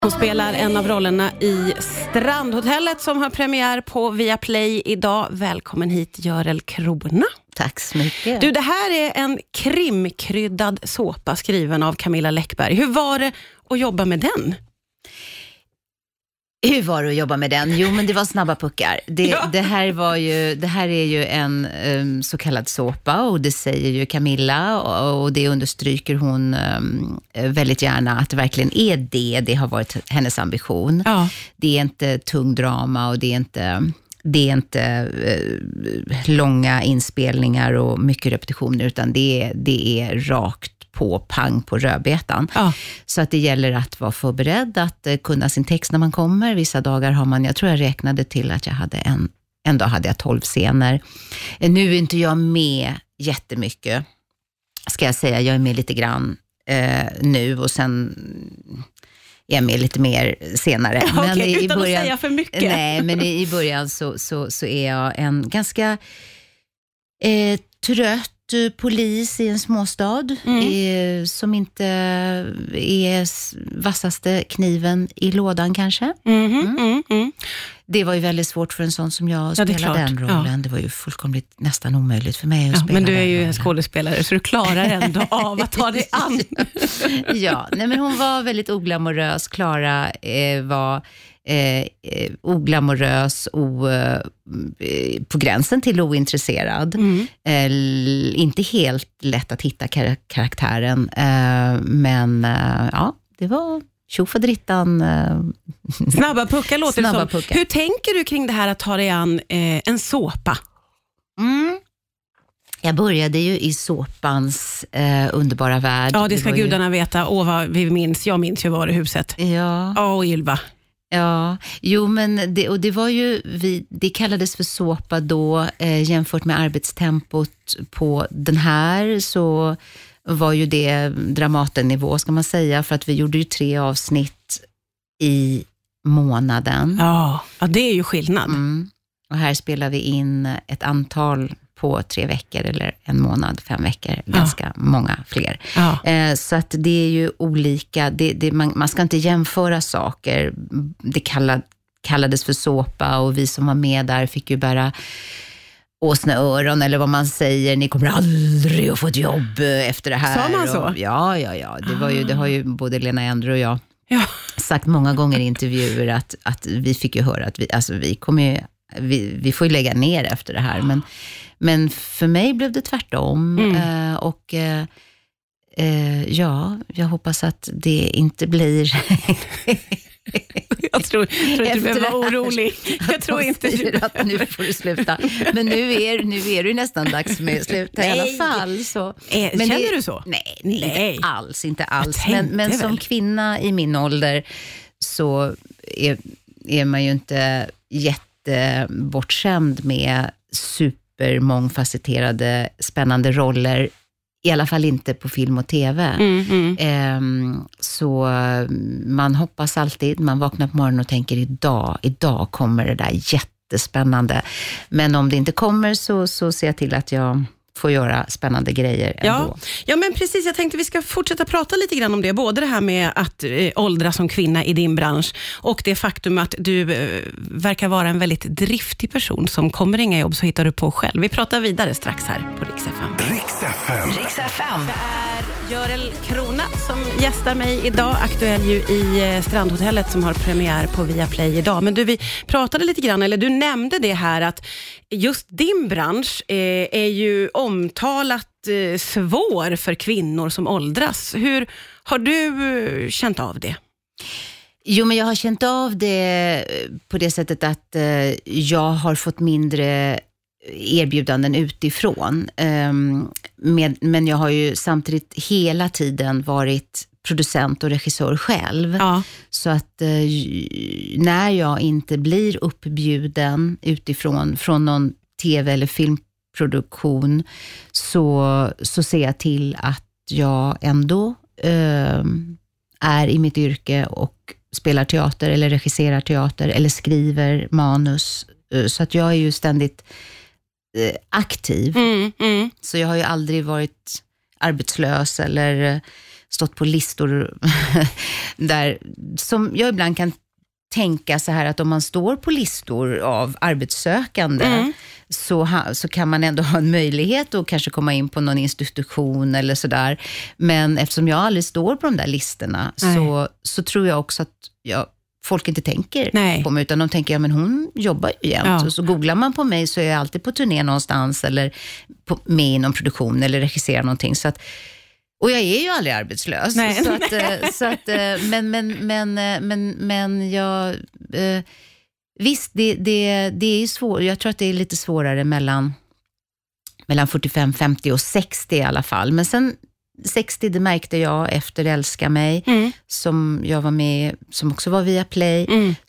Hon spelar en av rollerna i Strandhotellet som har premiär på Viaplay idag. Välkommen hit, Görel Krona. Tack så mycket. Du, det här är en krimkryddad såpa skriven av Camilla Läckberg. Hur var det att jobba med den? Hur var det att jobba med den? Jo, men det var snabba puckar. Det här är ju en så kallad såpa, och det säger ju Camilla, och det understryker hon väldigt gärna, att det verkligen är det har varit hennes ambition. Ja. Det är inte tung drama, och det är inte långa inspelningar och mycket repetitioner, utan det är rakt på pang på rödbetan. Ja. Så att det gäller att vara förberedd, att kunna sin text när man kommer. Vissa dagar har man, jag tror jag räknade till att jag hade en dag hade jag 12 scener. Nu är inte jag med jättemycket, ska jag säga. Jag är med lite grann nu, och sen är jag med lite mer senare. Men okej, utan att säga för mycket. Nej, men i början så är jag en ganska trött polis i en småstad som inte är vassaste kniven i lådan kanske. Det var ju väldigt svårt för en sån som jag att spela den rollen. Ja. Det var ju fullkomligt nästan omöjligt för mig att spela. Men du är ju en skådespelare, så du klarar ändå av att ta dig an. Ja, nej, men hon var väldigt oglamorös. Klara var oglamorös och på gränsen till ointresserad. Inte helt lätt att hitta karaktären, men ja, det var tjofadrittan. Snabba puckar låter det som. Puckar. Hur tänker du kring det här att ta dig an en såpa? Jag började ju i såpans underbara värld. Ja, det ska gudarna veta. Vad vi minns. Jag minns ju Varuhuset. Ja. Och Ylva. Ja, jo, men det var ju, det kallades för såpa då, jämfört med arbetstempot på den här, så var ju det Dramatennivå, ska man säga, för att vi gjorde ju 3 avsnitt i månaden. Ja, det är ju skillnad. Och här spelar vi in ett antal på 3 veckor eller en månad, 5 veckor, ganska många fler. Ja. Så att det är ju olika, man ska inte jämföra saker. Det kallades för såpa, och vi som var med där fick ju bära åsneöron, eller vad man säger, ni kommer aldrig att få ett jobb efter det här. Sa man så? Ja. Det har ju både Lena Endre och jag sagt många gånger i intervjuer, att vi fick ju höra att vi får ju lägga ner efter det här, men för mig blev det tvärtom. Och jag hoppas att det inte blir jag tror inte du behöver vara orolig. Jag tror inte att nu får du sluta. Men nu är det ju nästan dags med sluta i alla fall. Så. Men känner du så? Nej. Inte alls. Men som kvinna i min ålder så är man ju inte jättebortskämd med supermångfacetterade spännande roller, i alla fall inte på film och tv. Så man hoppas alltid, man vaknar på morgonen och tänker idag kommer det där jättespännande. Men om det inte kommer så ser jag till att jag får göra spännande grejer ändå. Ja, men precis. Jag tänkte vi ska fortsätta prata lite grann om det. Både det här med att åldras som kvinna i din bransch, och det faktum att du verkar vara en väldigt driftig person som kommer inga jobb så hittar du på själv. Vi pratar vidare strax här på Rix FM. Rix FM. Det är Görel Krona som gästar mig idag. Aktuell ju i Strandhotellet som har premiär på Viaplay idag. Men du, vi pratade lite grann, eller du nämnde det här, att just din bransch är ju omtalat svår för kvinnor som åldras. Hur har du känt av det? Jo, men jag har känt av det på det sättet att jag har fått mindre erbjudanden utifrån. Men jag har ju samtidigt hela tiden varit producent och regissör själv. Ja. Så att när jag inte blir uppbjuden utifrån från någon tv- eller filmproduktion så ser jag till att jag ändå är i mitt yrke och spelar teater eller regisserar teater eller skriver manus. Så att jag är ju ständigt aktiv. Så jag har ju aldrig varit arbetslös eller stått på listor där, som jag ibland kan tänka så här, att om man står på listor av arbetssökande så kan man ändå ha en möjlighet att kanske komma in på någon institution eller sådär. Men eftersom jag aldrig står på de där listorna så tror jag också att folk inte tänker på mig, utan de tänker, men hon jobbar ju jämt. Ja. Och så googlar man på mig så är jag alltid på turné någonstans eller med i någon produktion eller regisserar någonting. Så att, och jag är ju aldrig arbetslös. Men jag... visst, det är ju svårt. Jag tror att det är lite svårare mellan 45, 50 och 60 i alla fall. Men sen 60, det märkte jag efter Älska mig, som jag var med, som också var via Play,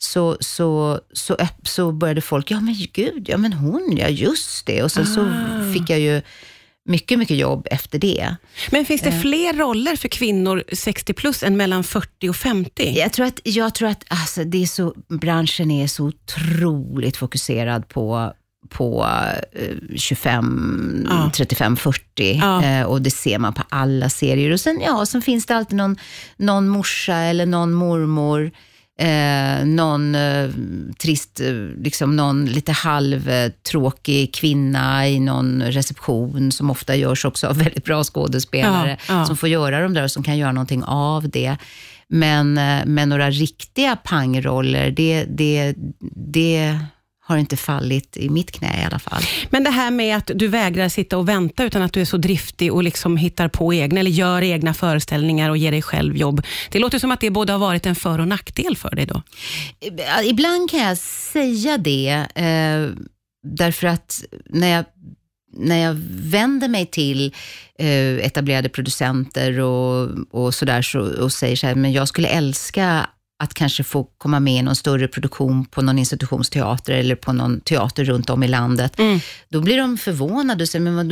så började folk, men hon, just det. Och sen så fick jag ju mycket, mycket jobb efter det. Men finns det fler roller för kvinnor 60 plus än mellan 40 och 50? Jag tror att alltså, det är så, branschen är så otroligt fokuserad på 25, 35, 40 och det ser man på alla serier. Och sen finns det alltid någon morsa eller någon mormor, någon trist, liksom någon lite halvtråkig kvinna i någon reception, som ofta görs också av väldigt bra skådespelare som får göra de där och som kan göra någonting av det. Men några riktiga pangroller, det har inte fallit i mitt knä i alla fall. Men det här med att du vägrar sitta och vänta, utan att du är så driftig och liksom hittar på egna eller gör egna föreställningar och ger dig själv jobb. Det låter som att det både har varit en för- och nackdel för dig då. Ibland kan jag säga det därför att när jag vänder mig till etablerade producenter och sådär och säger så här, men jag skulle älska att kanske få komma med i någon större produktion på någon institutionsteater eller på någon teater runt om i landet. Då blir de förvånade och säger, men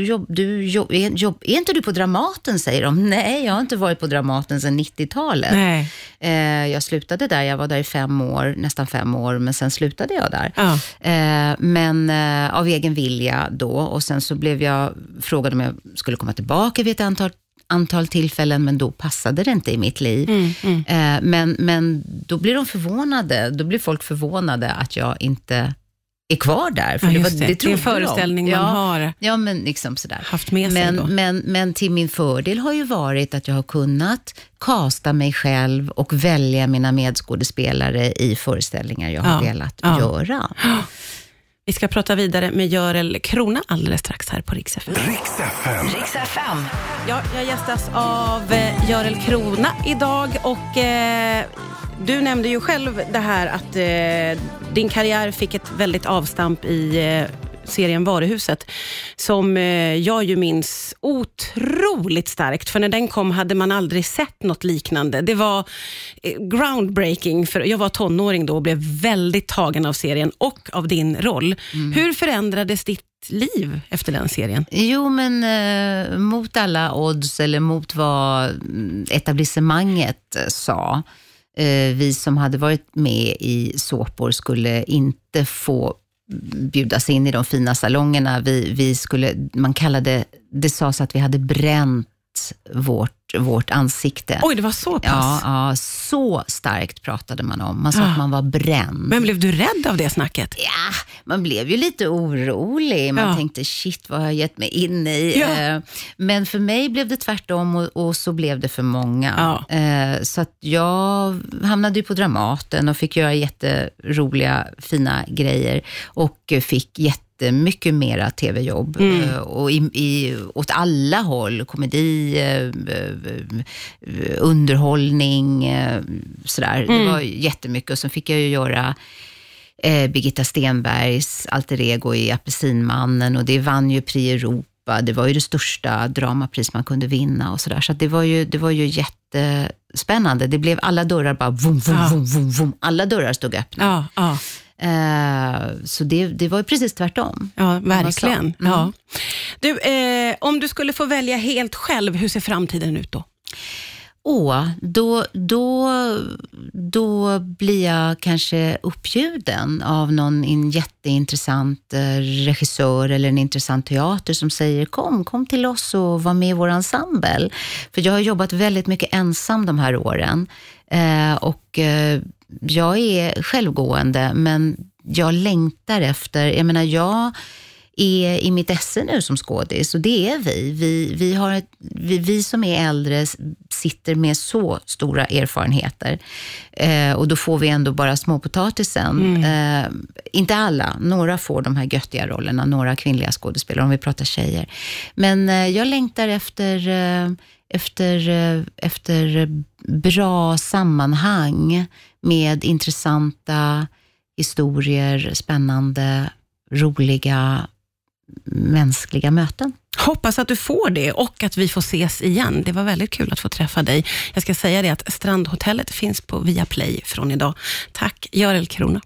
är inte du på Dramaten, säger de. Nej, jag har inte varit på Dramaten sedan 90-talet. Jag slutade där, jag var där i 5 år, nästan 5 år, men sen slutade jag där. Men av egen vilja då, och sen så blev jag frågad om jag skulle komma tillbaka vid ett antal tillfällen, men då passade det inte i mitt liv. Men då blir folk förvånade att jag inte är kvar där. För det är en föreställning man har men liksom sådär. Haft med sig då. Men till min fördel har ju varit att jag har kunnat kasta mig själv och välja mina medskådespelare i föreställningar jag har velat göra. Vi ska prata vidare med Görel Krona alldeles strax här på Rix FM. Rix FM. Ja, jag gästas av Görel Krona idag och du nämnde ju själv det här att din karriär fick ett väldigt avstamp i serien Varuhuset, som jag ju minns otroligt starkt, för när den kom hade man aldrig sett något liknande. Det var groundbreaking, för jag var tonåring då och blev väldigt tagen av serien och av din roll. Hur förändrades ditt liv efter den serien? Jo, men mot alla odds, eller mot vad etablissemanget sa, vi som hade varit med i såpor skulle inte få bjudas in i de fina salongerna. Vi skulle, man kallade, det sades att vi hade bränt vårt ansikte. Oj, det var så pass? Ja, så starkt pratade man om. Man sa att man var bränd. Men blev du rädd av det snacket? Ja, man blev ju lite orolig. Man tänkte, shit, vad har jag gett mig in i? Men för mig blev det tvärtom, och så blev det för många. Så att jag hamnade ju på Dramaten och fick göra jätteroliga, fina grejer. Och fick mycket mera tv-jobb och åt alla håll, komedi, underhållning, sådär. Det var jättemycket, och så fick jag ju göra Birgitta Stenbergs alter ego i Apelsinmannen, och det vann ju Prix Europa. Det var ju det största dramapris man kunde vinna och sådär. Så att det var ju jättespännande. Det blev alla dörrar bara vum, vum, vum, vum, vum. Alla dörrar stod öppna. Så det var ju precis tvärtom. Ja, verkligen. Du, om du skulle få välja helt själv, hur ser framtiden ut då? Då blir jag kanske uppbjuden av någon jätteintressant regissör eller en intressant teater som säger kom till oss och var med i vår ensemble. För jag har jobbat väldigt mycket ensam de här åren och jag är självgående, men jag längtar efter, jag menar jag är i mitt esse nu som skådis, och det är vi som är äldre sitter med så stora erfarenheter och då får vi ändå bara småpotatisen. Inte alla, några får de här göttiga rollerna, några kvinnliga skådespelare om vi pratar tjejer, men jag längtar efter bra sammanhang med intressanta historier, spännande, roliga, mänskliga möten. Hoppas att du får det och att vi får ses igen. Det var väldigt kul att få träffa dig. Jag ska säga det att Strandhotellet finns på Viaplay från idag. Tack, Görel Krona.